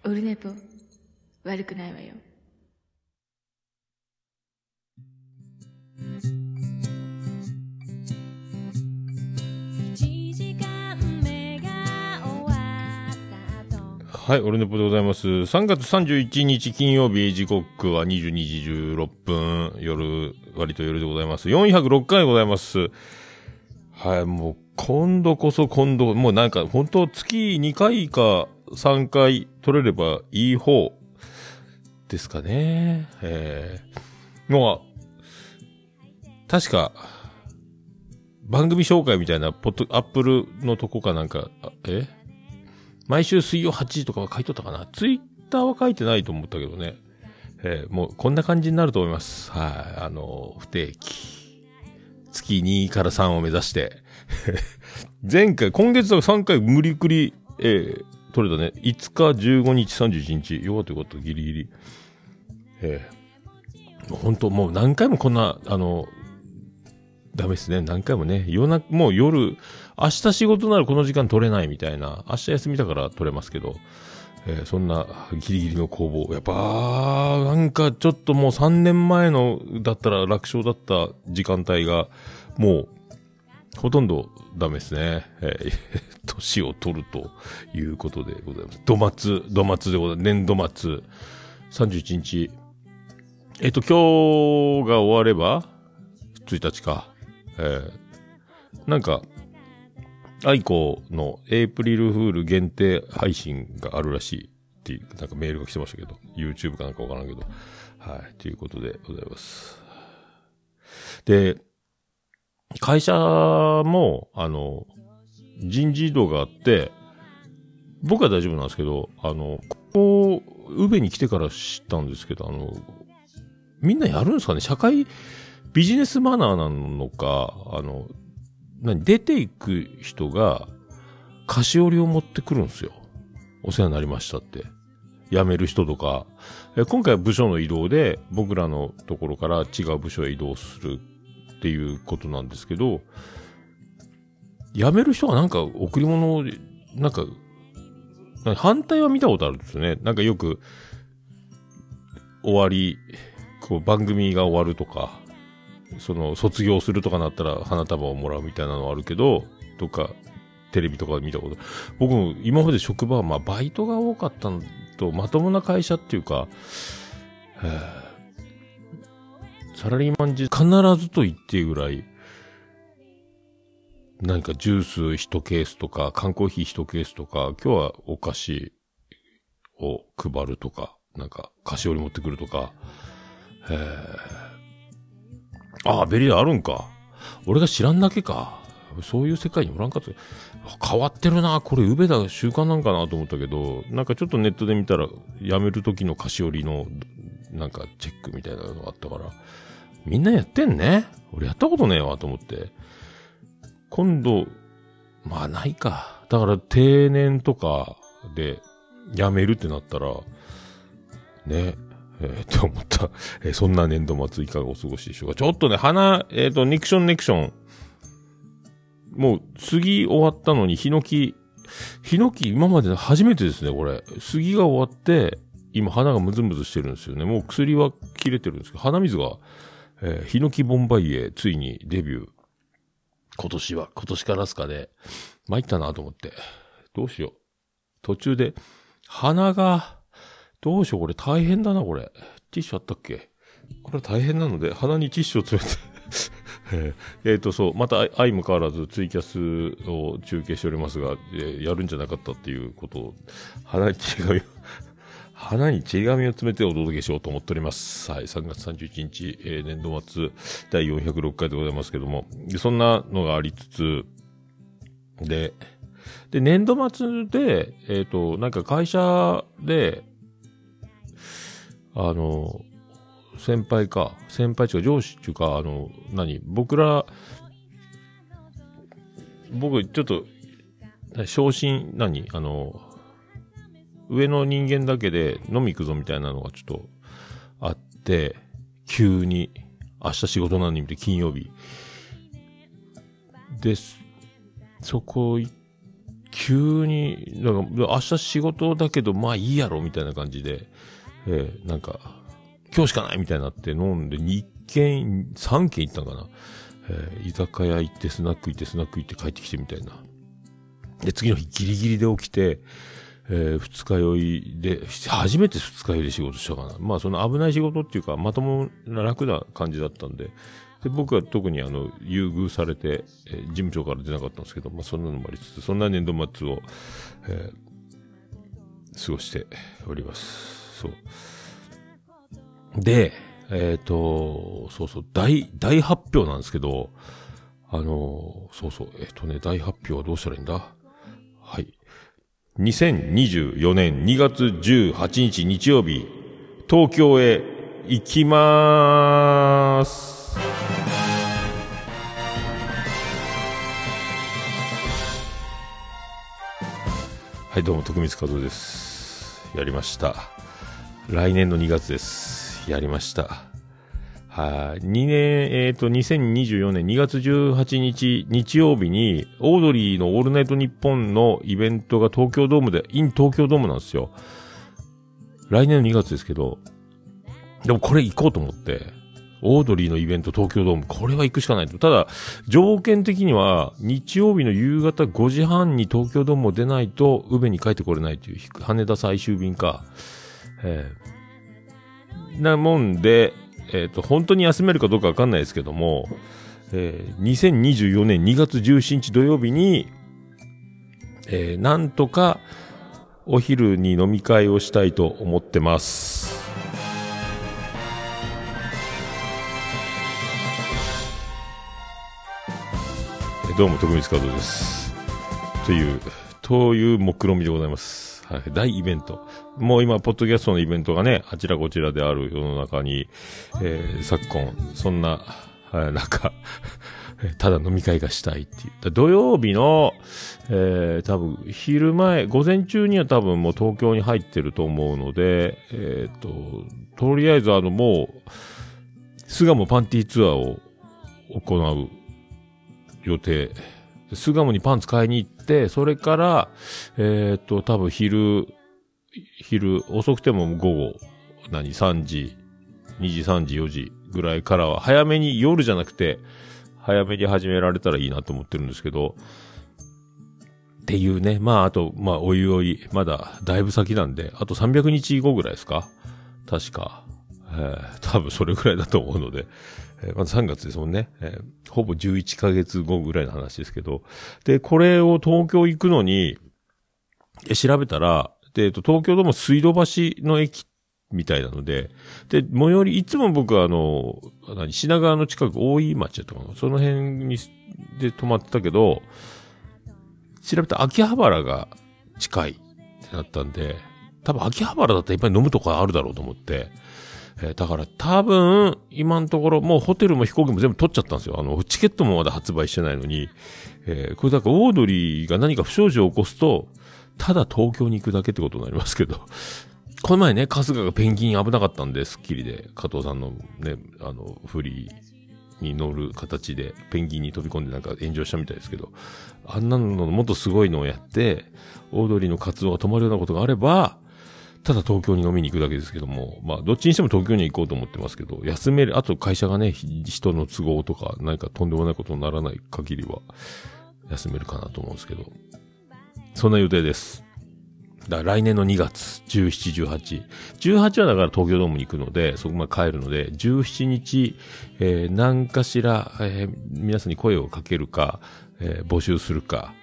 オルネポ悪くないわよ。 はい、オルネポでございます。3月31日金曜日、時刻は22時16分、割と夜でございます。406回でございます。はい、もう、今度、もうなんか、本当月2回か3回取れればいい方ですかね。のは、確か、番組紹介みたいな、アップルのとこかなんか、毎週水曜8時とかは書いとったかな。ツイッターは書いてないと思ったけどね。もうこんな感じになると思います。はい。不定期。月2から3を目指して。今月は3回無理くり、取れたね。5日、15日、31日。よかった、ギリギリ。本当もう何回もこんな、ダメですね。何回もね。もう夜、明日仕事ならこの時間取れないみたいな。明日休みだから取れますけど。そんなギリギリの攻防。やっぱ、なんかちょっともう3年前のだったら楽勝だった時間帯が、もう、ほとんどダメですね。年を取るということでございます。土末でございます。年度末。31日。今日が終われば、1日か。なんか、アイコのエイプリルフール限定配信があるらしいっていう、なんかメールが来てましたけど、YouTube かなんかわからんけど、はい、ということでございます。で、会社も、人事異動があって、僕は大丈夫なんですけど、ここ、宇部に来てから知ったんですけど、みんなやるんですかね？ビジネスマナーなのか、出ていく人が、菓子折りを持ってくるんですよ。お世話になりましたって。辞める人とか。今回は部署の移動で、僕らのところから違う部署へ移動するっていうことなんですけど、辞める人はなんか贈り物を、なんか反対は見たことあるんですよね。なんかよく、番組が終わるとか、卒業するとかなったら花束をもらうみたいなのはあるけど、とか、テレビとかで見たこと。僕も今まで職場はバイトが多かったのと、まともな会社っていうか、サラリーマン時必ずと言っていいぐらい、何かジュース1ケースとか、缶コーヒー1ケースとか、今日はお菓子を配るとか、なんか菓子折り持ってくるとか、ベリーあるんか。俺が知らんだけか。そういう世界におらんかった。変わってるな。これ、宇部だ習慣なんかなと思ったけど、なんかちょっとネットで見たら、辞める時の菓子折りの、なんかチェックみたいなのがあったから、みんなやってんね。俺やったことねえわと思って。今度、ないか。だから定年とかで辞めるってなったら、ね。って思った。そんな年度末いかがお過ごしでしょうか。ちょっとね、ネクション。もう、杉終わったのに、ヒノキ今まで初めてですね、これ。杉が終わって、今花がムズムズしてるんですよね。もう薬は切れてるんですけど、鼻水が、ヒノキボンバイエ、ついにデビュー。今年からですかね。参ったなと思って。どうしよう。途中で、鼻が、どうしよう、これ大変だな、これ。ティッシュあったっけ？これ大変なので、鼻にティッシュを詰めて。そう、また相も変わらずツイキャスを中継しておりますが、やるんじゃなかったっていうことを、鼻に手紙を詰めてお届けしようと思っております。はい、3月31日、年度末第406回でございますけども、そんなのがありつつ、で、年度末で、なんか会社で、先輩っていうか上司っていうか、僕ちょっと、昇進、上の人間だけで飲み行くぞみたいなのがちょっとあって、急に、明日仕事なのに見て金曜日。で、そこ、 急に、なんか、明日仕事だけど、まあいいやろ、みたいな感じで、なんか、今日しかないみたいになって飲んで、2軒、3軒行ったんかな。居酒屋行って、スナック行って、スナック行って帰ってきてみたいな。で、次の日ギリギリで起きて、二日酔いで、初めて二日酔いで仕事したかな。まあその危ない仕事っていうか、まともな楽な感じだったんで、で、僕は特に優遇されて、事務長から出なかったんですけど、まあそんなのもありつつ、そんな年度末を、過ごしております。そう。で、そうそう、大発表なんですけど、そうそう、大発表はどうしたらいいんだ？はい。2024年2月18日日曜日、東京へ行きまーす。はい、どうも、徳光和夫です。やりました。来年の2月です。やりました。はい。2024年2月18日日曜日に、オードリーのオールナイトニッポンのイベントが東京ドームで、東京ドームなんですよ。来年の2月ですけど、でもこれ行こうと思って、オードリーのイベント東京ドーム、これは行くしかないと。ただ、条件的には、日曜日の夕方5時半に東京ドームを出ないと、宇部に帰ってこれないという、羽田最終便か。なもんで、本当に休めるかどうかわかんないですけども、2024年2月17日土曜日に、なんとかお昼に飲み会をしたいと思ってます。どうも、徳光和夫です。という目論見でございます。はい。大イベント。もう今、ポッドキャストのイベントがね、あちらこちらである世の中に、昨今、そんな、なんか、ただ飲み会がしたいっていう。土曜日の、多分、昼前、午前中には多分もう東京に入ってると思うので、とりあえずもう、巣鴨パンティツアーを行う予定。巣鴨にパンツ買いに行って、それから、多分昼、遅くても午後、3時、2時、3時、4時ぐらいからは、早めに、夜じゃなくて、早めに始められたらいいなと思ってるんですけど、っていうね、まあ、あと、まあ、おいおい、まだ、だいぶ先なんで、あと300日後ぐらいですか？確か。多分それぐらいだと思うので、まず3月ですもんね。ほぼ11ヶ月後ぐらいの話ですけど。で、これを東京行くのに、調べたら、で、東京ドーム水道橋の駅みたいなので、で、最寄り、いつも僕は品川の近く、大井町だったかな。その辺に、で泊まってたけど、調べたら秋葉原が近いってなったんで、多分秋葉原だったらいっぱい飲むとこあるだろうと思って、だから多分、今のところもうホテルも飛行機も全部取っちゃったんですよ。チケットもまだ発売してないのに、これだからオードリーが何か不祥事を起こすと、ただ東京に行くだけってことになりますけど、この前ね、春日がペンギン危なかったんで、スッキリで、加藤さんのね、フリーに乗る形で、ペンギンに飛び込んでなんか炎上したみたいですけど、あんなのもっとすごいのをやって、オードリーの活動が止まるようなことがあれば、ただ東京に飲みに行くだけですけども、まあ、どっちにしても東京に行こうと思ってますけど、休める、あと会社がね、人の都合とか、何かとんでもないことにならない限りは、休めるかなと思うんですけど、そんな予定です。だから来年の2月、17、18。18はだから東京ドームに行くので、そこまで帰るので、17日、何かしら、皆さんに声をかけるか、募集するか、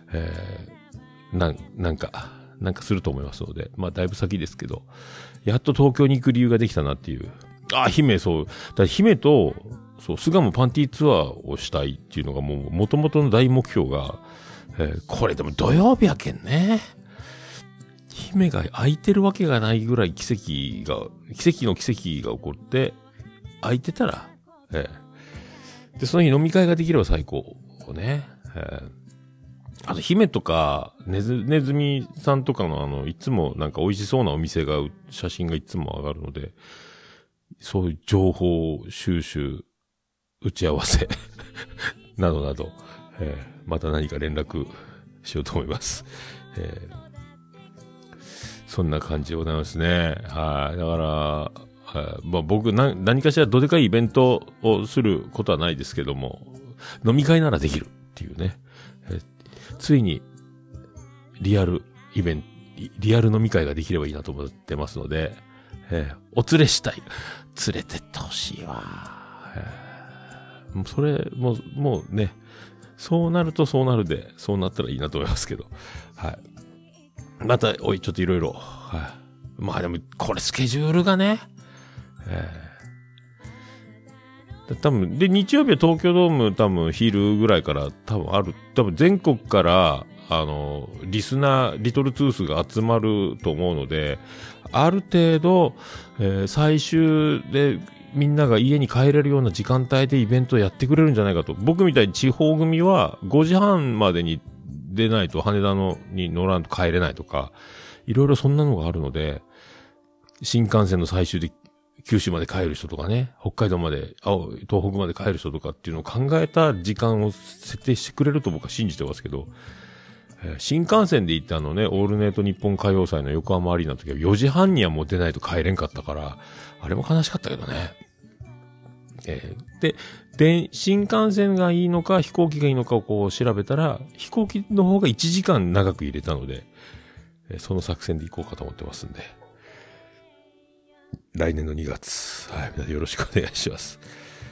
なんかすると思いますので、まあだいぶ先ですけど、やっと東京に行く理由ができたなっていう。姫、そう。だ姫と、そう、巣鴨パンティツアーをしたいっていうのがもう元々の大目標が、これでも土曜日やけんね。姫が空いてるわけがないぐらい奇跡の奇跡が起こって、空いてたら、で、その日飲み会ができれば最高。ね。あと、姫とか、ねずみさんとかのいつもなんか美味しそうなお店が、写真がいつも上がるので、そういう情報収集、打ち合わせ、などなど、また何か連絡しようと思います。そんな感じでございますね。はい。だから、まあ僕何かしらどでかいイベントをすることはないですけども、飲み会ならできるっていうね。ついに、リアル飲み会ができればいいなと思ってますので、お連れしたい。連れてってほしいわ。もうそれ、もうね、そうなるとそうなるで、そうなったらいいなと思いますけど。はい。また、ちょっといろいろ。はい。まあでも、これスケジュールがね、多分、で、日曜日は東京ドーム多分昼ぐらいから多分全国から、リスナー、リトルトゥースが集まると思うので、ある程度、最終でみんなが家に帰れるような時間帯でイベントをやってくれるんじゃないかと。僕みたいに地方組は5時半までに出ないと羽田に乗らんと帰れないとか、いろいろそんなのがあるので、新幹線の最終で九州まで帰る人とかね、北海道まで、東北まで帰る人とかっていうのを考えた時間を設定してくれると僕は信じてますけど、新幹線で行ったオールネイト日本歌謡祭の横浜アリーナの時は4時半にはもう出ないと帰れんかったから、あれも悲しかったけどね。で、新幹線がいいのか飛行機がいいのかをこう調べたら、飛行機の方が1時間長く入れたので、その作戦で行こうかと思ってますんで。来年の2月。はい。皆さんよろしくお願いします。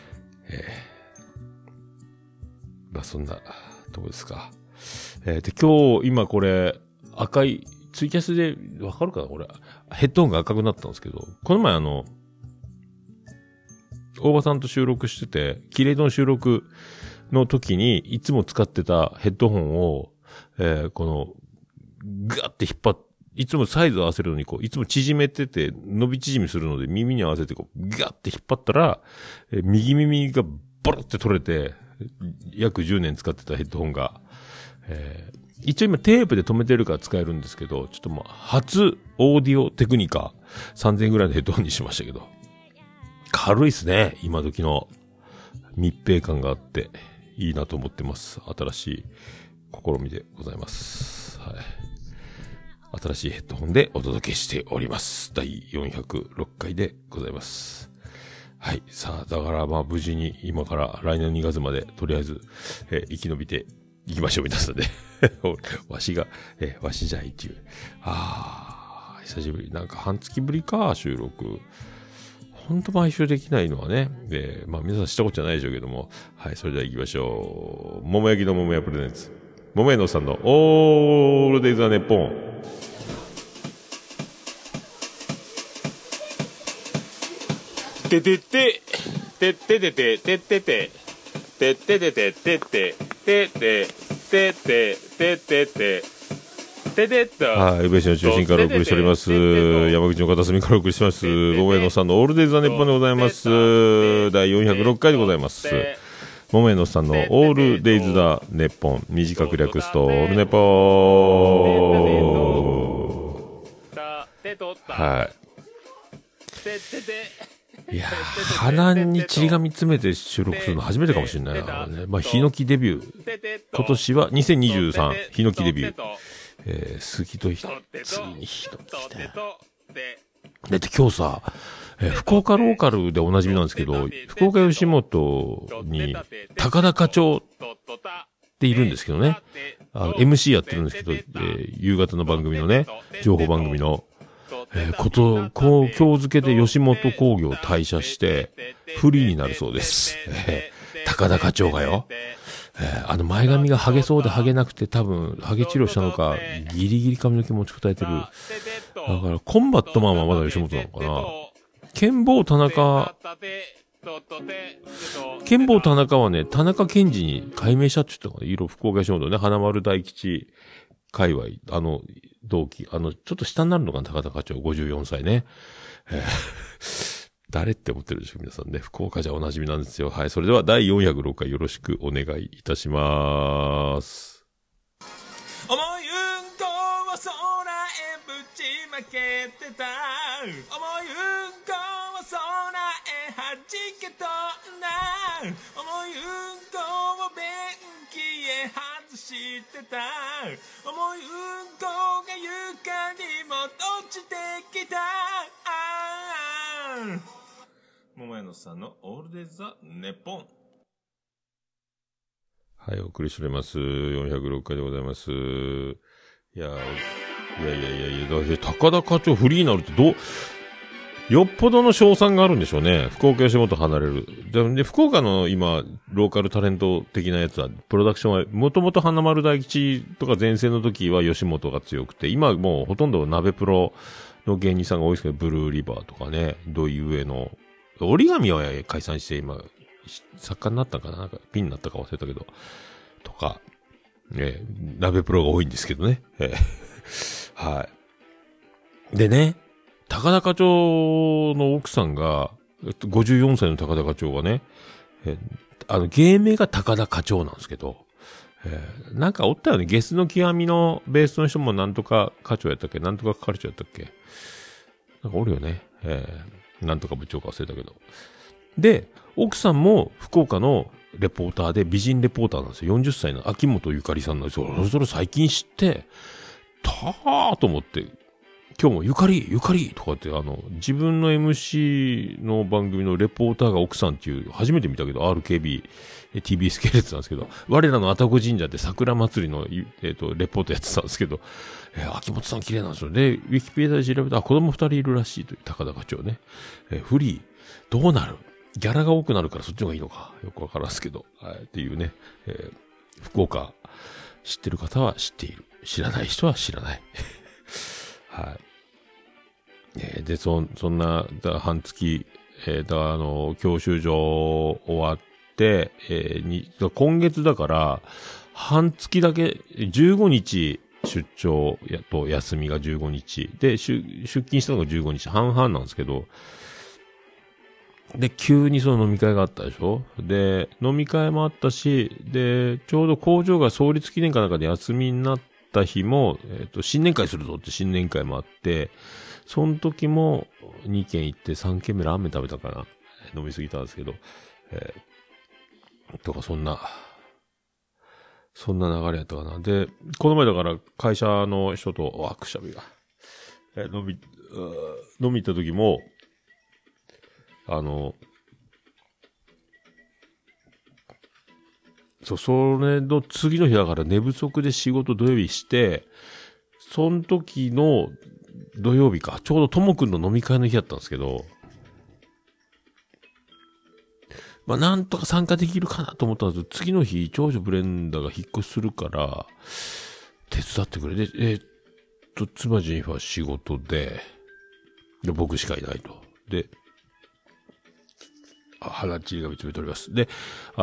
まあそんなとこですか。で、今日、今これ、赤い、ツイキャスで、わかるかなこれ。ヘッドホンが赤くなったんですけど、この前大場さんと収録してて、キレイドの収録の時に、いつも使ってたヘッドホンを、この、ガーって引っ張って、いつもサイズを合わせるのにいつも縮めてて、伸び縮みするので耳に合わせてガーって引っ張ったら、右耳がボロって取れて、約10年使ってたヘッドホンが、一応今テープで留めてるから使えるんですけど、ちょっと初オーディオテクニカ3000円ぐらいのヘッドホンにしましたけど、軽いっすね。今時の密閉感があって、いいなと思ってます。新しい試みでございます。はい。新しいヘッドホンでお届けしております。第406回でございます。はい。さあ、だから無事に今から来年2月までとりあえず、生き延びていきましょう皆さんで。わしじゃいっていう。久しぶり。なんか半月ぶりか、収録。ほんと毎週できないのはね。皆さんしたことじゃないでしょうけども。はい。それでは行きましょう。桃焼きの桃屋プレゼンツ。桃屋のさんのオールデイズ・ザ・ネッポン。ててて、てててて、ててて、てててて、てて、てて、てて、ててて、ててと。はい、宇部市の中心からお送りしております。山口の片隅からお送りします。桃江のさんのオールデイズ・ザ・ネッポンでございます。第406回でございます。桃江のさんのオールデイズ・ザ・ネッポン。短く略すと、オールネポー。はい。いやー、鼻に血が見つめて収録するの初めてかもしれないな。ヒノキデビュー。今年は2023、ヒノキデビュー。杉と次にヒノキだよ。だって今日さ、福岡ローカルでおなじみなんですけど、福岡吉本に高田課長っているんですけどね。MC やってるんですけど、夕方の番組のね、情報番組の。今日付で吉本興業退社して、フリーになるそうです。高田課長がよ。前髪がハゲそうでハゲなくて多分、ハゲ治療したのか、ギリギリ髪の毛持ちこたえてる。だから、コンバットマンはまだ吉本なのかな。剣坊田中はね、田中健二に改名したって言ったかな。福岡吉本ね、花丸大吉界隈、同期、ちょっと下になるのかな、高田課長、54歳ね。誰って思ってるでしょ、皆さんね。福岡じゃおなじみなんですよ。はい、それでは第406回よろしくお願いいたします。思いうんこを空へぶちまけてた。思いうんこを空へ弾けとんな。思いうんこを便器へ外ししてた。重いうんこが床にも落ちてきた。桃屋のさんのオールデイズ・ザ・ネポン。はい、お送りしております。406回でございます。いや、高田課長フリーになるってよっぽどの賞賛があるんでしょうね。福岡吉本離れる。で、福岡の今、ローカルタレント的なやつは、プロダクションは、もともと花丸大吉とか前世の時は吉本が強くて、今もうほとんど鍋プロの芸人さんが多いですけど、ブルーリバーとかね、土井上の、折り紙は解散して今、作家になったかな、なんかピンになったか忘れたけど、とか、鍋プロが多いんですけどね。はい。でね、高田課長の奥さんが、54歳の高田課長がね、芸名が高田課長なんですけど、なんかおったよね、ゲスの極みのベースの人もなんとか課長やったっけ、なんとか係長やったっけ、なんかおるよね、なんとか部長か忘れたけど。で、奥さんも福岡のレポーターで美人レポーターなんですよ。40歳の秋元ゆかりさんなんですよ。それ最近知って、と思って、今日もゆかりとかって自分の MC の番組のレポーターが奥さんっていう、初めて見たけど RKB、TBS 系列なんですけど、我らの愛宕神社で桜祭りの、レポートやってたんですけど、秋元さん綺麗なんですよ。で、ウィキペディアで調べたら子供2人いるらしいという高田課長ね。フリー、どうなる？ギャラが多くなるからそっちの方がいいのか。よくわからんすけど。はい。っていうね。福岡、知ってる方は知っている。知らない人は知らない。はい。で、そんな、半月、教習所終わって、今月だから、半月だけ、15日出張と休みが15日。で、出勤したのが15日。半々なんですけど、で、急にその飲み会があったでしょ？で、飲み会もあったし、で、ちょうど工場が創立記念かなんかで休みになった日も、新年会するぞって新年会もあって、その時も2軒行って3軒目ラーメン食べたかな。飲みすぎたんですけど、とかそんな流れやったかな。で、この前だから会社の人と、くしゃみが、飲み行った時も、それの次の日だから寝不足で仕事土曜日して、その時の土曜日か、ちょうどともくんの飲み会の日だったんですけど、まあなんとか参加できるかなと思ったんですけど、次の日、長女ブレンダーが引っ越しするから、手伝ってくれ。で、妻ジェニファー仕事で、僕しかいないと。で、腹ちりが認めております。で、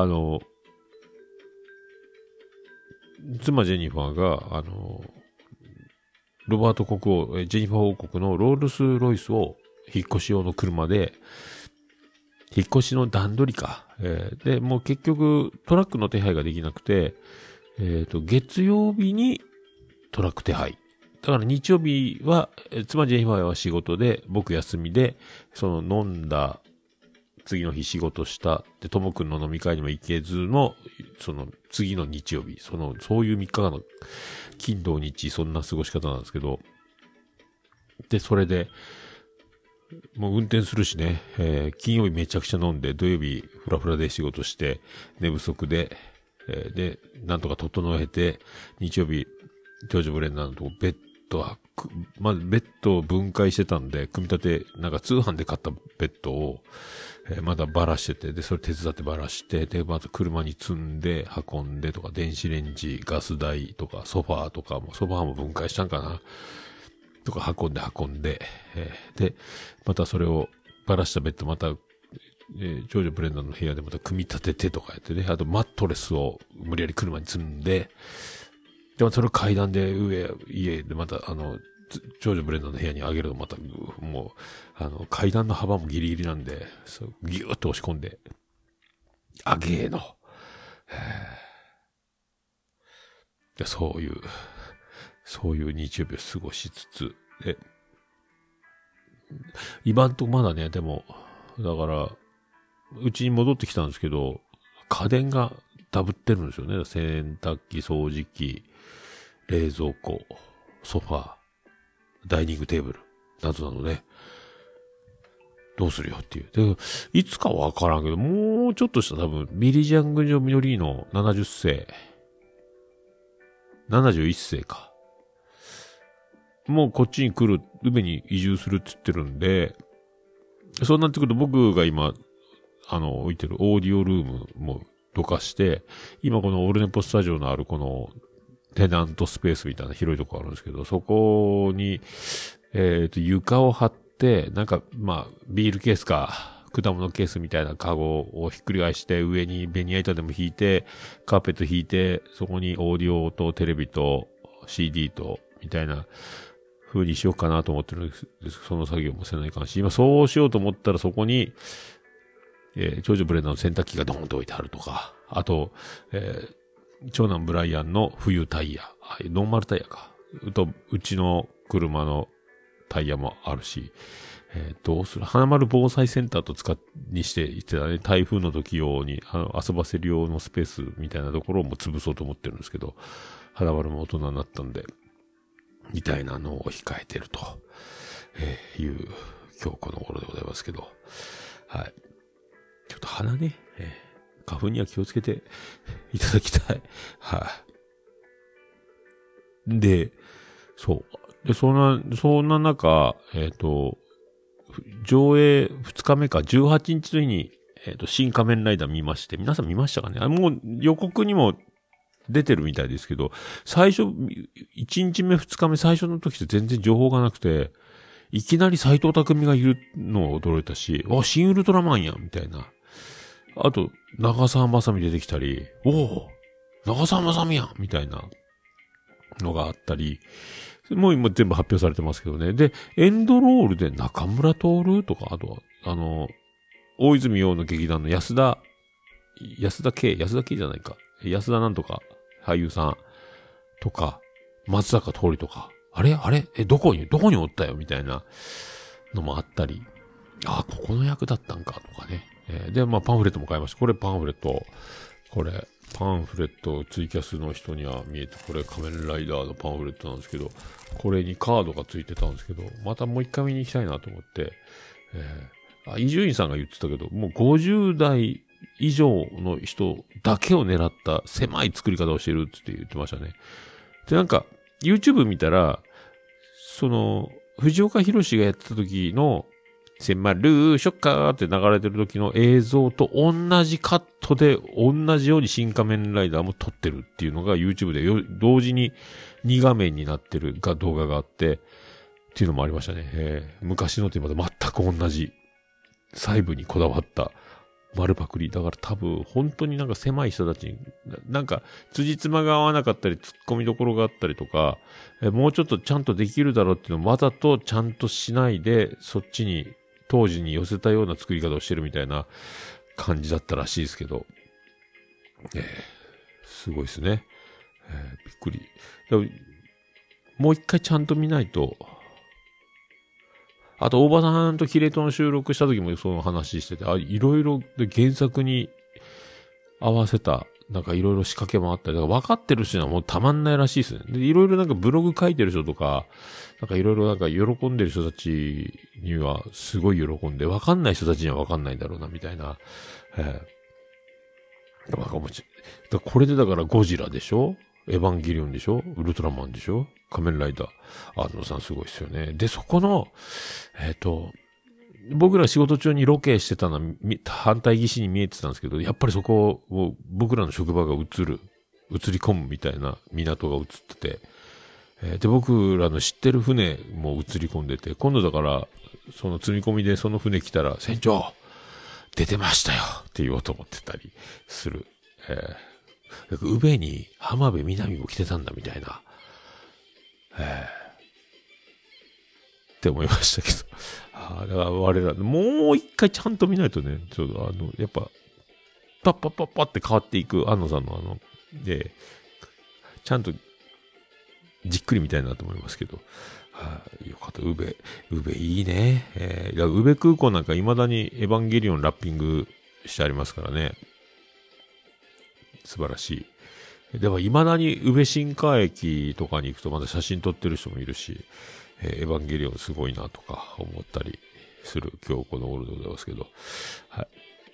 妻ジェニファーが、ロバート国王、ジェニファー王国のロールスロイスを引っ越し用の車で、引っ越しの段取りか。で、もう結局トラックの手配ができなくて、月曜日にトラック手配。だから日曜日は、妻ジェニファーは仕事で、僕休みで、その飲んだ、次の日仕事した。で、ともくんの飲み会にも行けずの、その次の日曜日、そういう3日間の金土日、そんな過ごし方なんですけど、で、それで、もう運転するしね、金曜日めちゃくちゃ飲んで、土曜日フラフラで仕事して、寝不足で、で、なんとか整えて、日曜日、長女ブレンダーのとこ、まずベッドを分解してたんで、組み立て、なんか通販で買ったベッドを、まだバラしてて、で、それ手伝ってバラして、で、また車に積んで、運んでとか、電子レンジ、ガス台とか、ソファーとかも、ソファーも分解したんかなとか、運んで、で、またそれをバラしたベッド、また、長女ブレンダーの部屋でまた組み立ててとかやってね、あとマットレスを無理やり車に積んで、でもそれを階段で家でまた、長女ブレンダーの部屋にあげるとまた、もう、階段の幅もギリギリなんで、ギューッと押し込んで、あげーの。でそういう日曜日を過ごしつつ、で、今んとこまだね、でも、だから、うちに戻ってきたんですけど、家電がダブってるんですよね。洗濯機、掃除機、冷蔵庫、ソファー、ダイニングテーブル、などなどね。どうするよっていう。で、いつかはわからんけど、もうちょっとした多分、ビリジャング・ジョ・ミノリーノ70世、71世か。もうこっちに来る、宇部に移住するって言ってるんで、そうなってくると僕が今、置いてるオーディオルームもどかして、今このオールネポスタジオのあるこのテナントスペースみたいな広いとこあるんですけど、そこに、床を張って、なんか、まあ、ビールケースか、果物ケースみたいなカゴをひっくり返して、上にベニヤ板でも引いて、カーペット引いて、そこにオーディオとテレビと CD と、みたいな風にしようかなと思ってるんです。その作業もせないかんし、今そうしようと思ったらそこに、長女ブレンダーの洗濯機がドーンと置いてあるとか、あと、長男ブライアンの冬タイヤ、ノーマルタイヤか。うちの車のタイヤもあるし、どうする花丸防災センターとにしていてたね、台風の時用に、遊ばせる用のスペースみたいなところも潰そうと思ってるんですけど、花丸も大人になったんで、みたいなのを控えてると、いう今日この頃でございますけど、はい。ちょっと鼻ね、花粉には気をつけていただきたい。はい。で、そう。で、そんな中、上映2日目か、18日の日に、新仮面ライダー見まして、皆さん見ましたかね？もう予告にも出てるみたいですけど、最初、1日目2日目最初の時って全然情報がなくて、いきなり斎藤匠がいるのを驚いたし、新ウルトラマンやん、みたいな。あと、長澤まさみ出てきたり、長澤まさみやんみたいなのがあったり、もう今全部発表されてますけどね。で、エンドロールで中村徹とか、あとは、大泉洋の劇団の安田圭じゃないか。安田なんとか、俳優さんとか、松坂桃李とか、あれどこにおったよみたいなのもあったり、ここの役だったんかとかね。で、まあ、パンフレットも買いました。これパンフレットツイキャスの人には見えて、これ仮面ライダーのパンフレットなんですけど、これにカードがついてたんですけど、またもう一回見に行きたいなと思って、伊集院さんが言ってたけど、もう50代以上の人だけを狙った狭い作り方をしてるって言ってましたね。で、なんか、YouTube 見たら、藤岡弘がやってた時の、迫るショッカーって流れてる時の映像と同じカットで同じように新仮面ライダーも撮ってるっていうのが YouTube で同時に2画面になってる動画があってっていうのもありましたね。昔のと今と全く同じ細部にこだわった丸パクリ。だから多分本当になんか狭い人たちになんか辻褄が合わなかったり突っ込みどころがあったりとか、もうちょっとちゃんとできるだろうっていうのをわざとちゃんとしないでそっちに当時に寄せたような作り方をしてるみたいな感じだったらしいですけど、すごいですね。びっくり。もう一回ちゃんと見ないと、あと大場さんとキレトの収録した時もその話してて、いろいろ原作に合わせた、なんかいろいろ仕掛けもあったり、だから分かってる人にはもうたまんないらしいですね。で、いろいろなんかブログ書いてる人とか、なんかいろいろなんか喜んでる人たちにはすごい喜んで、分かんない人たちには分かんないんだろうな、みたいな。これでだからゴジラでしょ？エヴァンゲリオンでしょ？ウルトラマンでしょ？仮面ライダー。安野さんすごいですよね。で、そこの、僕ら仕事中にロケしてたのは反対岸に見えてたんですけど、やっぱりそこを僕らの職場が映り込むみたいな港が映ってて、で、僕らの知ってる船も映り込んでて、今度だから、その積み込みでその船来たら、船長出てましたよって言おうと思ってたりする。宇部に浜辺美波も来てたんだみたいな。って思いましたけど。だから我ら、もう一回ちゃんと見ないとね、ちょっとやっぱ、パッって変わっていく安野さんのちゃんとじっくり見たいなと思いますけど。よかった。宇部いいね。宇部空港なんか未だにエヴァンゲリオンラッピングしてありますからね。 素晴らしい。でも未だに宇部新川駅とかに行くとまだ写真撮ってる人もいるし、エヴァンゲリオンすごいなとか思ったりする今日この頃でございますけど。はい。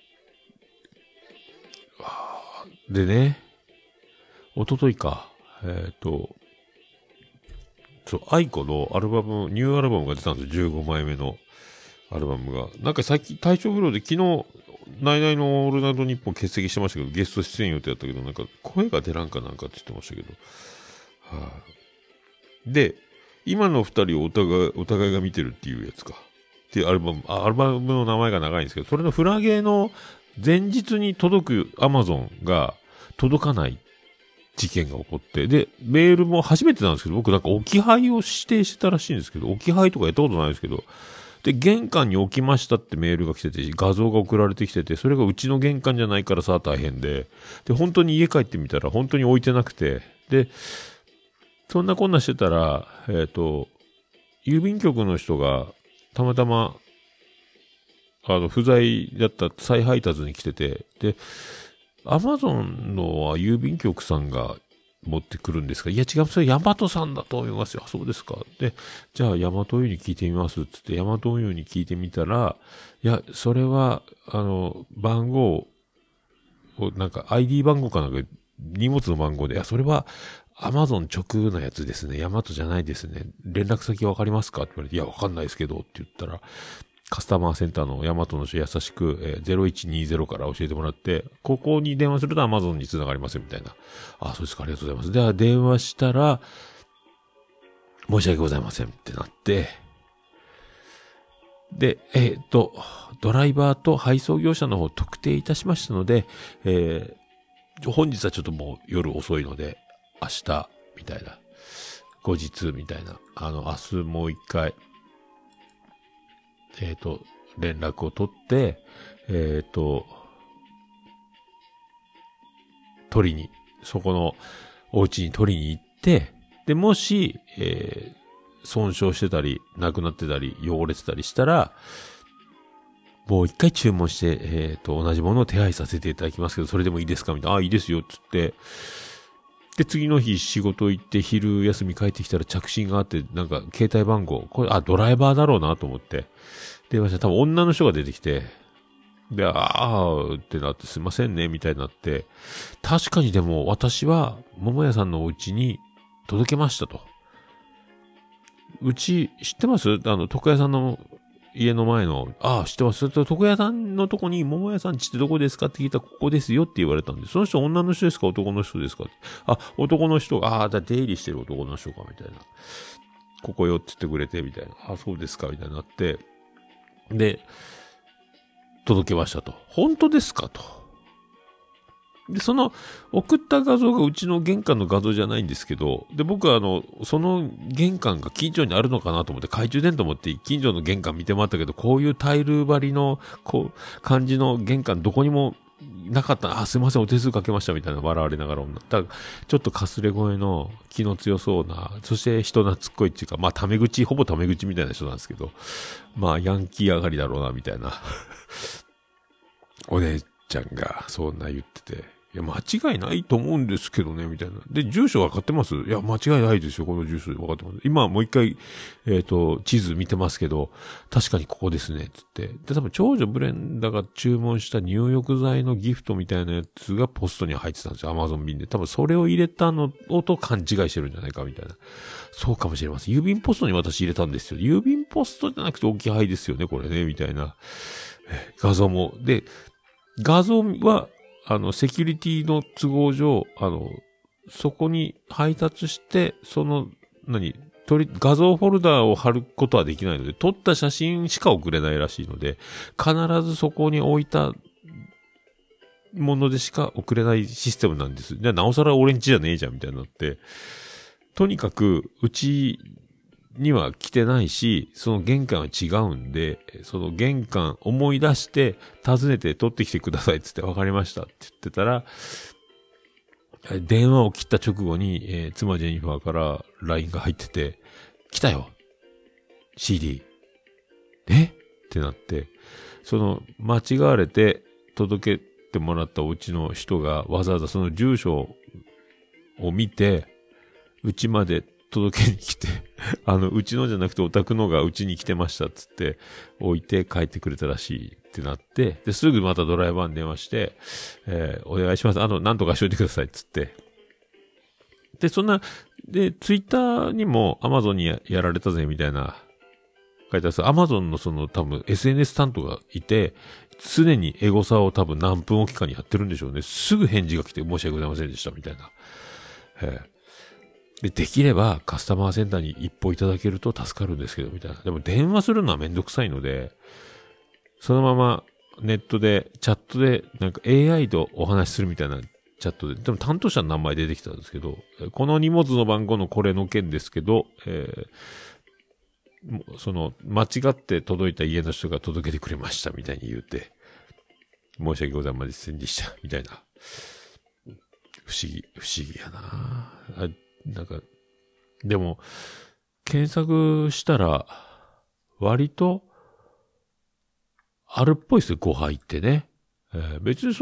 でね、一昨日か、アイコのアルバム、ニューアルバムが出たんですよ。15枚目のアルバムが。なんか最近体調不良で昨日、ナイナイのオールナイトニッポン欠席してましたけど、ゲスト出演予定だったけど、なんか声が出らんかなんかって言ってましたけど。で、今の二人をお互いが見てるっていうやつか。っていうアルバムの名前が長いんですけど、それのフラゲの前日に届くアマゾンが届かない事件が起こって、で、メールも初めてなんですけど、僕なんか置き配を指定してたらしいんですけど、置き配とかやったことないですけど、で、玄関に置きましたってメールが来てて、画像が送られてきてて、それがうちの玄関じゃないからさ、大変で、で、本当に家帰ってみたら本当に置いてなくて、で、そんなこんなしてたら、郵便局の人が、たまたま、不在だった再配達に来てて、で、アマゾンのは郵便局さんが持ってくるんですか？いや違う、それヤマトさんだと思いますよ。あ、そうですか。で、じゃあヤマト運輸に聞いてみます。つってヤマト運輸に聞いてみたら、いや、それは、番号を、なんか ID 番号かなんか、荷物の番号で、いや、それは、アマゾン直のやつですね。ヤマトじゃないですね。連絡先わかりますかって言われて、いや、わかんないですけど、って言ったら、カスタマーセンターのヤマトの人優しく、0120から教えてもらって、ここに電話すると Amazon に繋がりますみたいな。あ、そうですか、ありがとうございます。では、電話したら、申し訳ございませんってなって、で、ドライバーと配送業者の方特定いたしましたので、本日はちょっともう夜遅いので、明日、みたいな。後日、みたいな。明日もう一回、連絡を取って、取りに、そこのお家に取りに行って、で、もし、損傷してたり、なくなってたり、汚れてたりしたら、もう一回注文して、同じものを手配させていただきますけど、それでもいいですかみたいな。あ、いいですよ、つって。で、次の日仕事行って昼休み帰ってきたら着信があって、なんか携帯番号、これ、ドライバーだろうなと思って。電話したら多分女の人が出てきて、で、ってなってすいませんね、みたいになって、確かにでも私は桃屋さんのお家に届けましたと。うち、知ってます？床屋さんの家の前の、知ってます。床屋さんのとこに桃屋さん家ってどこですかって聞いたらここですよって言われたんで、その人女の人ですか男の人ですかって。男の人、出入りしてる男の人か、みたいな。ここよって言ってくれて、みたいな。そうですか、みたいになって、で、届けましたと。本当ですかと。で、その、送った画像がうちの玄関の画像じゃないんですけど、で、僕はその玄関が近所にあるのかなと思って、懐中電灯持って近所の玄関見て回ったけど、こういうタイル張りの、感じの玄関どこにもなかった。すいません、お手数かけましたみたいな笑われながら女。だからちょっとかすれ声の気の強そうな、そして人懐っこいっていうか、タメ口、ほぼタメ口みたいな人なんですけど、ヤンキー上がりだろうな、みたいな。お姉ちゃんがそんな言ってて、いや、間違いないと思うんですけどね、みたいな。で、住所分かってます？いや、間違いないですよ、この住所で分かってます。今もう一回、地図見てますけど、確かにここですね、つって。で、多分長女ブレンダが注文した入浴剤のギフトみたいなやつがポストに入ってたんですよ、アマゾン便で。多分それを入れたのと勘違いしてるんじゃないか、みたいな。そうかもしれません。郵便ポストに私入れたんですよ。郵便ポストじゃなくて置き配ですよね、これね、みたいな。画像も。で、画像は、セキュリティの都合上、そこに配達して、画像フォルダーを貼ることはできないので、撮った写真しか送れないらしいので、必ずそこに置いたものでしか送れないシステムなんです。じゃあ、なおさら俺んちじゃねえじゃん、みたいになって。とにかく、うちには来てないし、その玄関は違うんで、その玄関思い出して、訪ねて取ってきてくださいって言って分かりましたって言ってたら、電話を切った直後に、妻ジェニファーから LINE が入ってて、来たよ !CD。ってなって、間違われて届けってもらったお家の人がわざわざその住所を見て、うちまで届けに来て、うちのじゃなくてお宅のがうちに来てましたっつって、置いて帰ってくれたらしいってなって、で、すぐまたドライバーに電話して、お願いします。なんとかしといてくださいっつって。で、で、ツイッターにも Amazon に やられたぜみたいな、書いてあるんです。Amazon の多分 SNS 担当がいて、常にエゴサを多分何分おきかにやってるんでしょうね。すぐ返事が来て申し訳ございませんでしたみたいな。できればカスタマーセンターに一報いただけると助かるんですけど、みたいな。でも電話するのはめんどくさいので、そのままネットで、チャットで、なんか AI とお話しするみたいなチャットで、でも担当者の名前出てきたんですけど、この荷物の番号のこれの件ですけど、間違って届いた家の人が届けてくれましたみたいに言うて、申し訳ございませんでした、みたいな。不思議やな。なんか、でも、検索したら、割と、あるっぽいですよ、誤配ってね。別に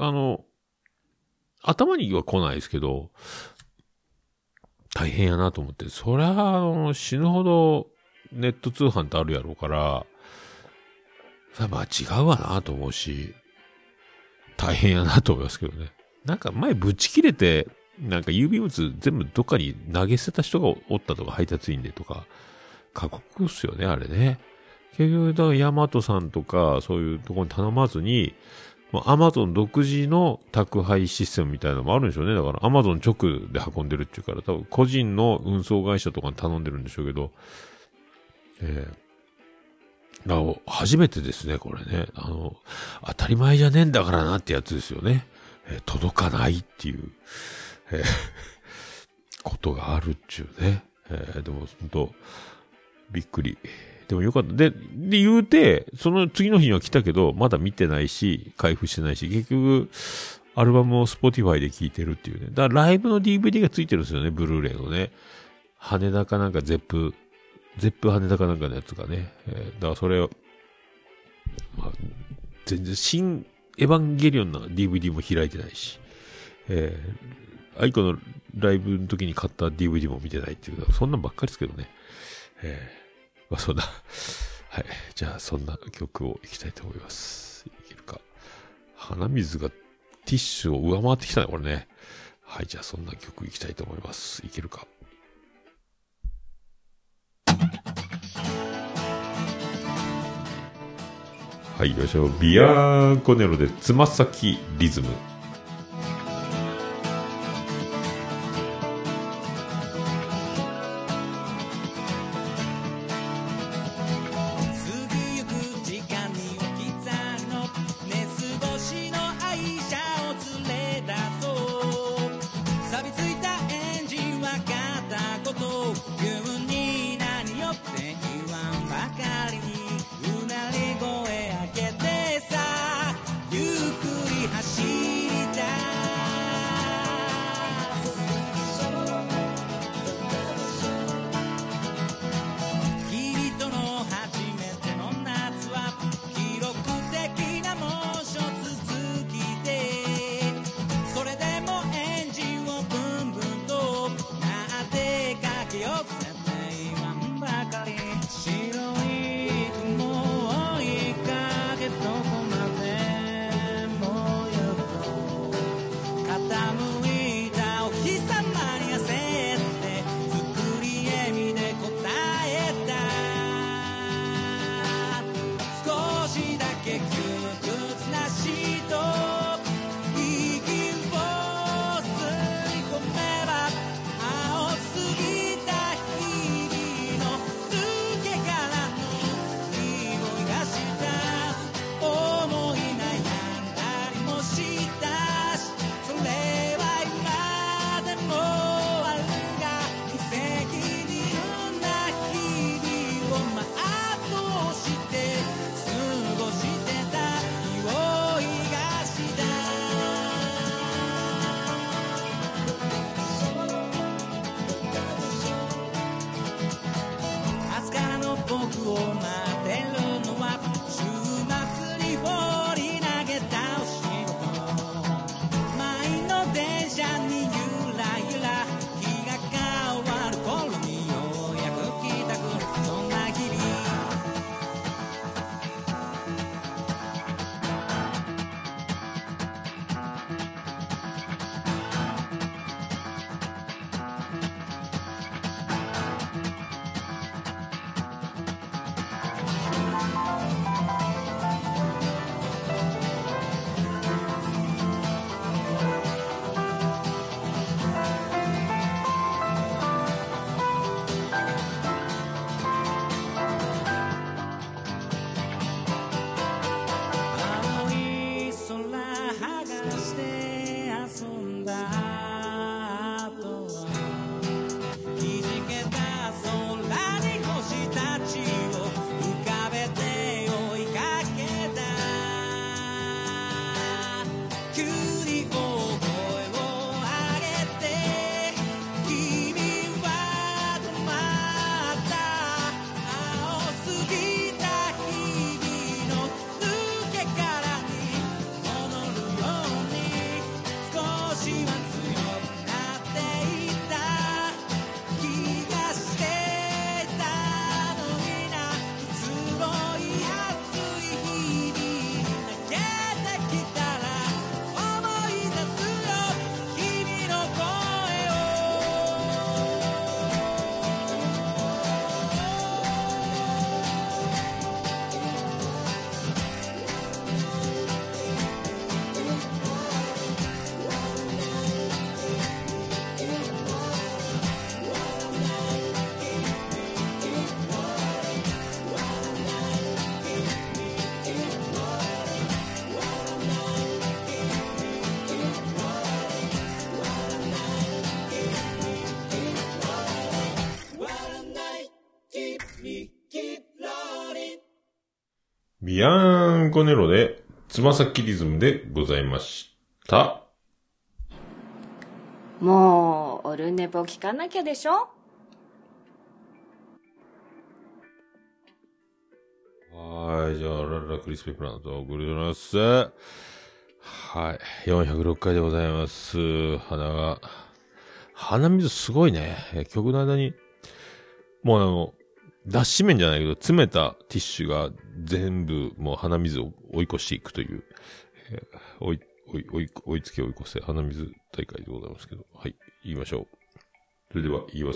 頭には来ないですけど、大変やなと思って、そりゃ、死ぬほどネット通販ってあるやろうから、さあ違うわなと思うし、大変やなと思いますけどね。なんか前ぶち切れて、なんか郵便物全部どっかに投げ捨てた人がおったとか配達員でとか、過酷っすよね、あれね。結局、だからヤマトさんとか、そういうところに頼まずに、アマゾン独自の宅配システムみたいなのもあるんでしょうね。だからアマゾン直で運んでるっていうから、多分個人の運送会社とかに頼んでるんでしょうけど、初めてですね、これね。当たり前じゃねえんだからなってやつですよね。届かないっていう、ことがあるっちゅうね。でも、ほんと、びっくり。でもよかった。で、言うて、その次の日には来たけど、まだ見てないし、開封してないし、結局、アルバムを Spotify で聴いてるっていうね。だからライブの DVD がついてるんですよね、ブルーレイのね。羽田かなんかゼップ羽田かなんかのやつがね。だからそれを、全然新エヴァンゲリオンの DVD も開いてないし、アイコのライブの時に買った DVD も見てないっていう、そんなんばっかりですけどね。そんな、はい。じゃあ、そんな曲をいきたいと思います。いけるか。鼻水がティッシュを上回ってきたね、これね。はい。じゃあ、そんな曲いきたいと思います。いけるか。はい、よいしょ。ビアンコネロでつま先リズム。 走ビアンコネロで、つま先リズムでございました。 もう、オルネポ聞かなきゃでしょ。 はい、じゃあ、ララクリスペプラントお送りします。はい、406回でございます。鼻水すごいね。曲の間に、もう脱脂麺じゃないけど、詰めたティッシュが全部もう鼻水を追い越していくという、追いつけ追い越せ鼻水大会でございますけど。はい、言いましょう。それでは言います。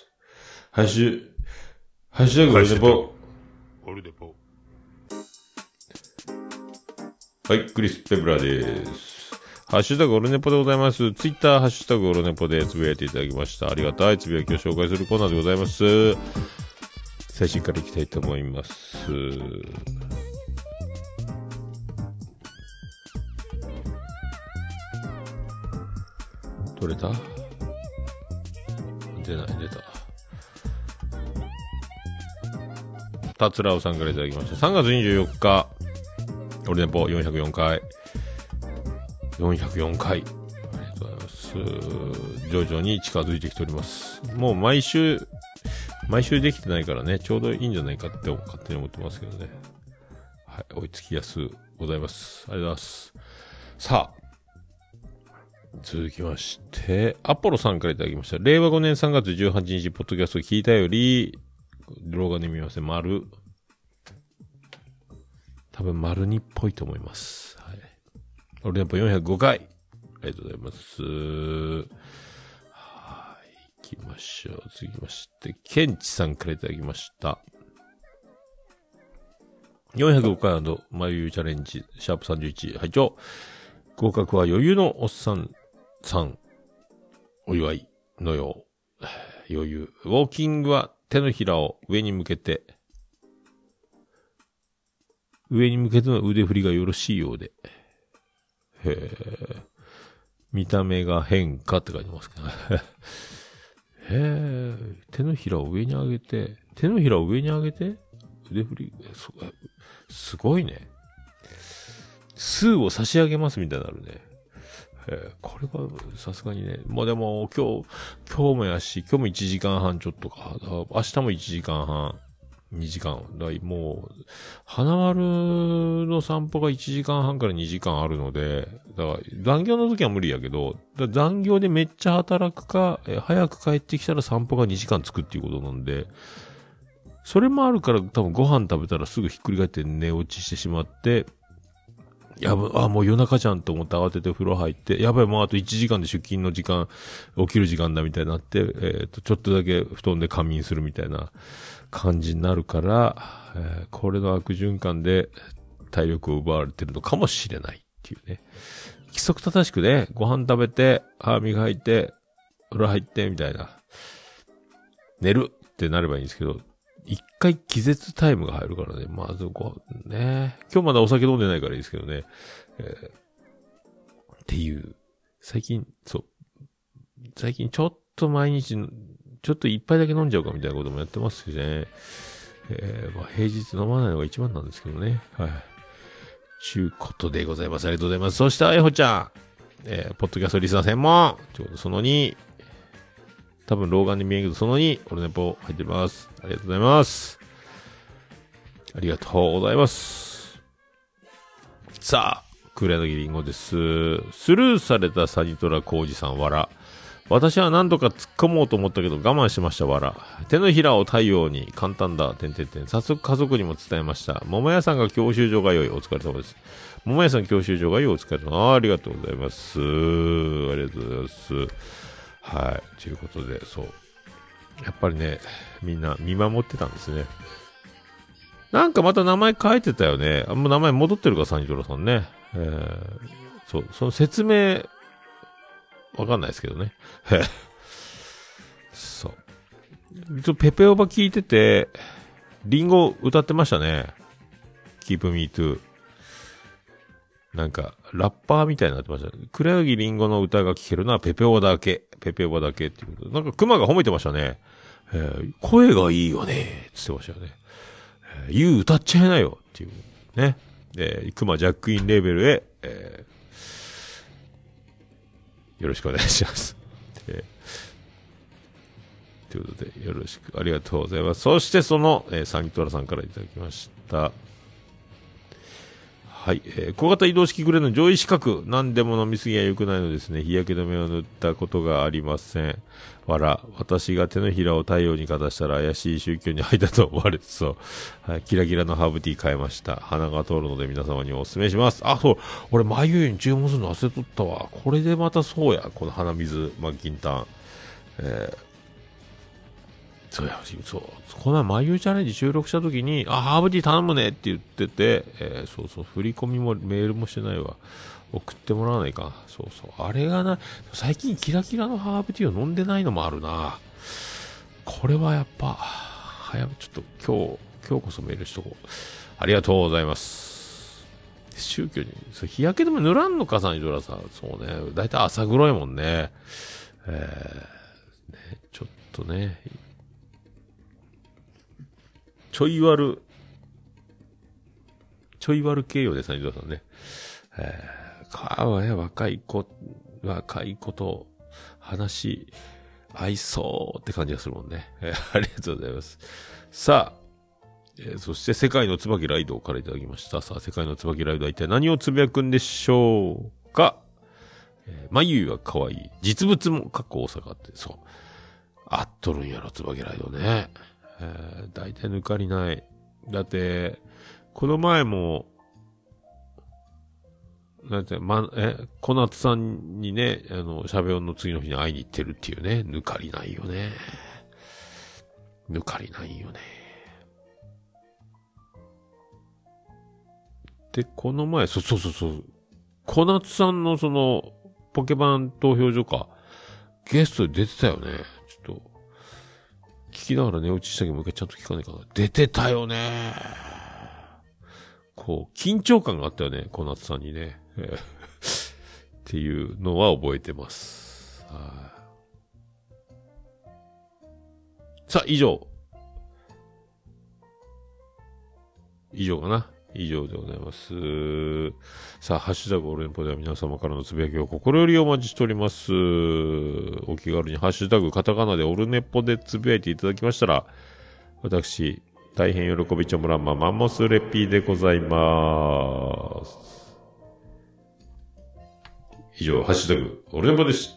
ハッシュタグオルネポ。オルネポ。はい、クリス・ペブラです。ハッシュタグオルネポでございます。ツイッターハッシュタグオルネポでつぶやいていただきました。ありがたいつぶやきを紹介するコーナーでございます。最新からいきたいと思います。取れた？出た。タツラオさんからいただきました。3月24日、オルネポ404回。404回。ありがとうございます。徐々に近づいてきております。もう毎週できてないからね、ちょうどいいんじゃないかって勝手に思ってますけどね。はい、追いつきやすございます。ありがとうございます。さあ、続きまして、アポロさんからいただきました。令和5年3月18日、ポッドキャストを聞いたより、動画で見ません。多分丸2っぽいと思います。はい。オルネポ405回。ありがとうございます。はい。行きましょう。続きまして、ケンチさんからいただきました。405回&眉チャレンジ、シャープ31。拝聴。合格は余裕のおっさんさん。お祝いのよう。余裕。ウォーキングは手のひらを上に向けての腕振りがよろしいようで。見た目が変化って書いてますけど。手のひらを上に上げて、腕振り、すごいね。数を差し上げますみたいになるね。これはさすがにね。まあでも今日もやし、今日も1時間半ちょっとか。明日も1時間半、2時間。もう、花丸の散歩が1時間半から2時間あるので、だから残業の時は無理やけど、残業でめっちゃ働くか、早く帰ってきたら散歩が2時間つくっていうことなんで、それもあるから多分ご飯食べたらすぐひっくり返って寝落ちしてしまって、もう夜中じゃんと思って慌てて風呂入って、やばいもうあと1時間で出勤の時間、起きる時間だみたいになって、ちょっとだけ布団で仮眠するみたいな感じになるから、これの悪循環で体力を奪われてるのかもしれないっていうね。規則正しくね、ご飯食べて、歯磨いて、風呂入って、みたいな。寝るってなればいいんですけど、一回気絶タイムが入るからね。まずね。今日まだお酒飲んでないからいいですけどね。っていう。最近ちょっと毎日、ちょっと一杯だけ飲んじゃうかみたいなこともやってますしね。平日飲まないのが一番なんですけどね。はい。ちゅうことでございます。ありがとうございます。そして、あやほちゃん。ポッドキャストリスナー専門。ということで、その2。多分老眼に見えるけど、その2、オルネポ入ってます。ありがとうございます。ありがとうございます。さあ、クレナギリンゴです。スルーされたサニトラコウジさん、わら。私は何度か突っ込もうと思ったけど我慢しました、わら。手のひらを太陽に、簡単だ、早速家族にも伝えました。桃屋さんが教習所が良い、お疲れ様です。桃屋さん教習所が良い、お疲れ様。ありがとうございます。ありがとうございます。はい。ということで、そう。やっぱりね、みんな見守ってたんですね。なんかまた名前変えてたよね。もう名前戻ってるか、サニトラさんね。そう、その説明、わかんないですけどね。そう。ペペオバ聞いてて、リンゴ歌ってましたね。Keep Me To。なんか、ラッパーみたいになってました。黒柳りんごの歌が聴けるのはペペオバだけっていうことで。なんか熊が褒めてましたね。声がいいよね。つってましたよね。歌っちゃいなよっていう。 ね。熊ジャックインレーベルへ、よろしくお願いします。ということで、よろしく、ありがとうございます。そしてその、サンキトラさんからいただきました。はい、小型移動式グレーの上位資格、何でも飲みすぎは良くないのですね。日焼け止めを塗ったことがありません。私が手のひらを太陽にかざしたら怪しい宗教に入ったと思われてそう。はい、キラキラのハーブティー変えました。鼻が通るので皆様にお勧めします。あ、そう、俺眉に注文するの忘れとったわ。これでまたそうや、この鼻水、マッキンタン。そうや、そう。この前、眉チャレンジ収録した時に、ハーブティー頼むねって言ってて、そうそう、振り込みもメールもしてないわ。送ってもらわないか。そうそう。あれがな、最近キラキラのハーブティーを飲んでないのもあるな。これはやっぱ、ちょっと今日こそメールしとこう。ありがとうございます。宗教に、日焼け止め塗らんのか、サンジョラさん。そうね。だいたい朝黒いもんね。ちょっとね。ちょい悪系よね、サンジョラさんね。若い子と話合いそうって感じがするもんね。ありがとうございます。さあ、そして世界の椿ライドからいただきました。さあ、世界の椿ライドは一体何をつぶやくんでしょうか。眉は可愛い。実物も大阪って、そう。合っとるんやろ、椿ライドね。だいたい抜かりない。だって、この前も、小夏さんにね、シャベオンの次の日に会いに行ってるっていうね、抜かりないよね。抜かりないよね。で、この前、そう。小夏さんのポケバン投票所か、ゲストで出てたよね。ちょっと、聞きながら寝落ちしたけど、もう一回ちゃんと聞かないかな。出てたよね。こう、緊張感があったよね、小夏さんにね。っていうのは覚えてます。さあ、以上かな。以上でございます。さあ、ハッシュタグオルネポでは皆様からのつぶやきを心よりお待ちしております。お気軽にハッシュタグカタカナでオルネポでつぶやいていただきましたら、私、大変喜びちょもらんまマンモスレピーでございます。以上、ハッシュタグオルネポでした。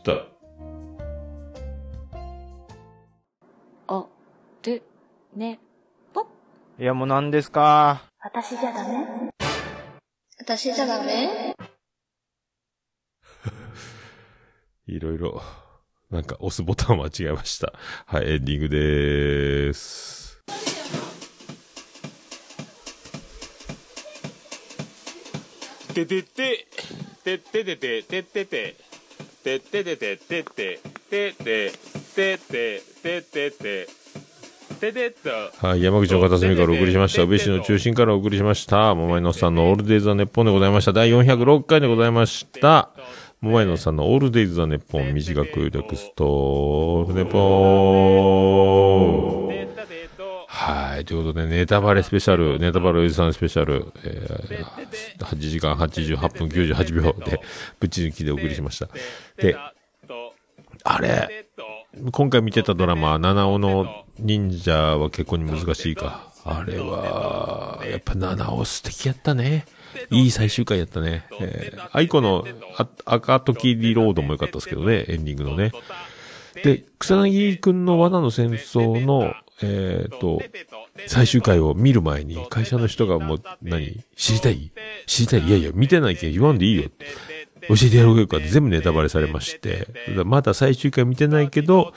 いや、もう何ですか。 私じゃダメ？ 私じゃダメ？ いろいろ、なんか押すボタン間違えました。はい、エンディングでーす。ててて、てっててて、てってて、てっててて、てって、てって、てって、てってて、はい、山口の片隅からお送りしました。宇部市の中心からお送りしました。桃井のさんのオールデイズ・ザ・ネッポンでございました。第406回でございました。桃井のさんのオールデイズ・ザ・ネッポン、短く略すと、オールネポー。はい、ということで、ネタバレスペシャル、ネタバレおじさんスペシャル、8時間88分98秒で、ぶち抜きでお送りしました。で、あれ、今回見てたドラマ、七尾の忍者は結構に難しいか。あれは、やっぱ七尾素敵やったね。いい最終回やったね。愛子の赤時リロードも良かったですけどね、エンディングのね。で、草薙くんの罠の戦争の、最終回を見る前に、会社の人がもう、知りたいいやいや、見てないけど言わんでいいよ。教えてやろうよかって全部ネタバレされまして、まだ最終回見てないけど、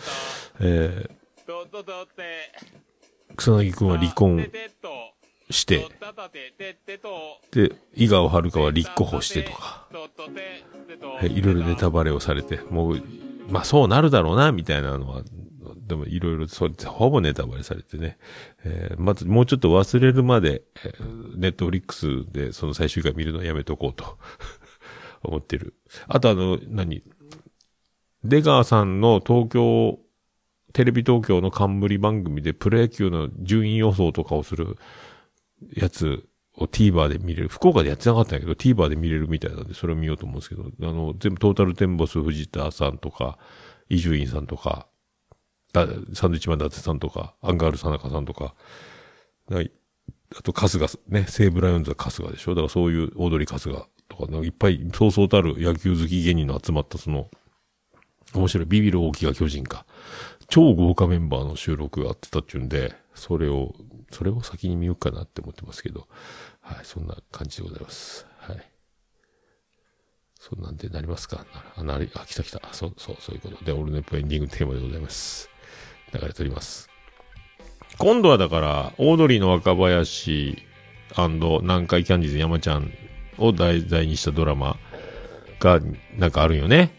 草薙くんは離婚して、で、井川遥は立候補してとか、いろいろネタバレをされて、もう、まあそうなるだろうな、みたいなのは、でもいろいろほぼネタバレされてね、まずもうちょっと忘れるまで、ネットフリックスでその最終回見るのはやめとこうと。思ってる。あと出川さんのテレビ東京の冠番組でプロ野球の順位予想とかをするやつを TVer で見れる。福岡でやってなかったんやけど、TVer で見れるみたいなんで、それを見ようと思うんですけど、全部トータルテンボス藤田さんとか、伊集院さんとか、サンドウィッチマン伊達さんとか、アンガール田中さんとか、あと春日、ね、西武ライオンズは春日でしょ。だからそういうオードリー春日とか、いっぱいそうそうたる野球好き芸人の集まった面白いビビる大木が巨人か。超豪華メンバーの収録があってたっていうんで、それを先に見ようかなって思ってますけど、はい、そんな感じでございます。はい。そんなんでなりますか。来た。そういうことで、オルネポエンディングテーマでございます。流れております。今度はだから、オードリーの若林&南海キャンディーズ山ちゃんを題材にしたドラマがなんかあるんよね。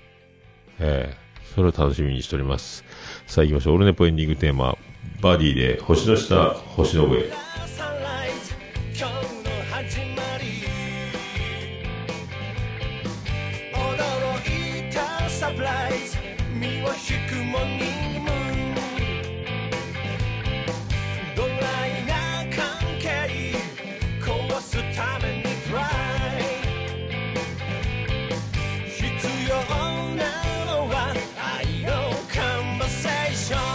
それを楽しみにしております。さあ行きましょう。オルネポエンディングテーマ、バディで星の下、星の上。驚いたサプライズ、身を引くモーニングムーン、ドライな関係壊すためにトライ、必要なのは愛のカンバセーション、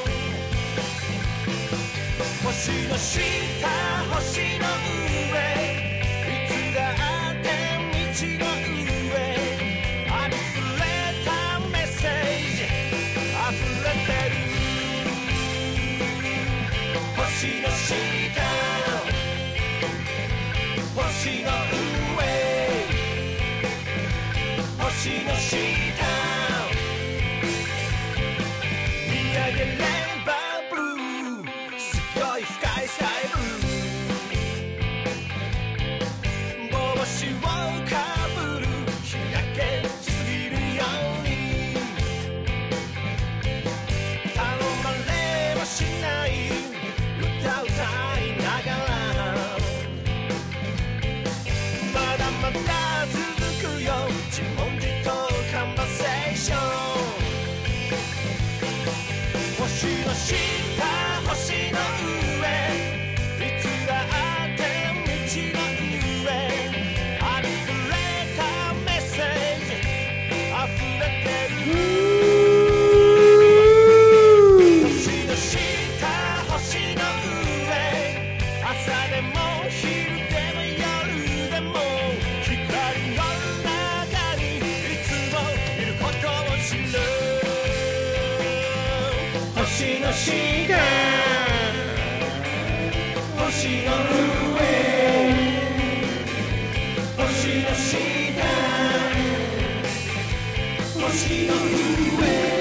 星の下星の上、いつだって道の上、ありふれたメッセージ溢れてる、星の下星の上、星の下見上げればブルー、すごい深いスカイブルー、帽子をかぶる日焼けしすぎるように、頼まれはしない歌歌いながら、まだまだ続くよ自問自答カンバセーション、星の下星の上、いつだって道の上、ありふれたメッセージ溢れてる、星の下星の上、朝でも昼でも夜でも光の中にいつもいることを知る、星の下星の上、星の下星の上、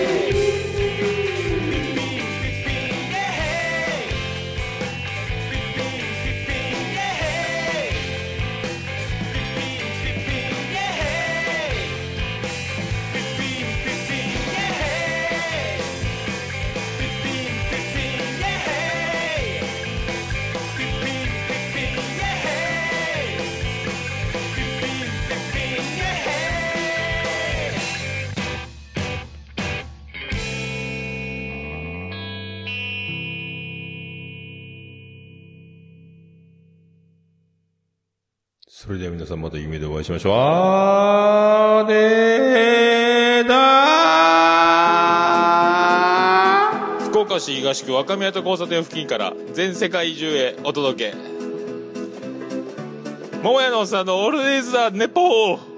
それでは皆さんまた夢でお会いしましょう。あーでーだー。福岡市東区若宮と交差点付近から全世界中へお届け。桃屋のおっさんのオールディーズ・ザ・ネポー。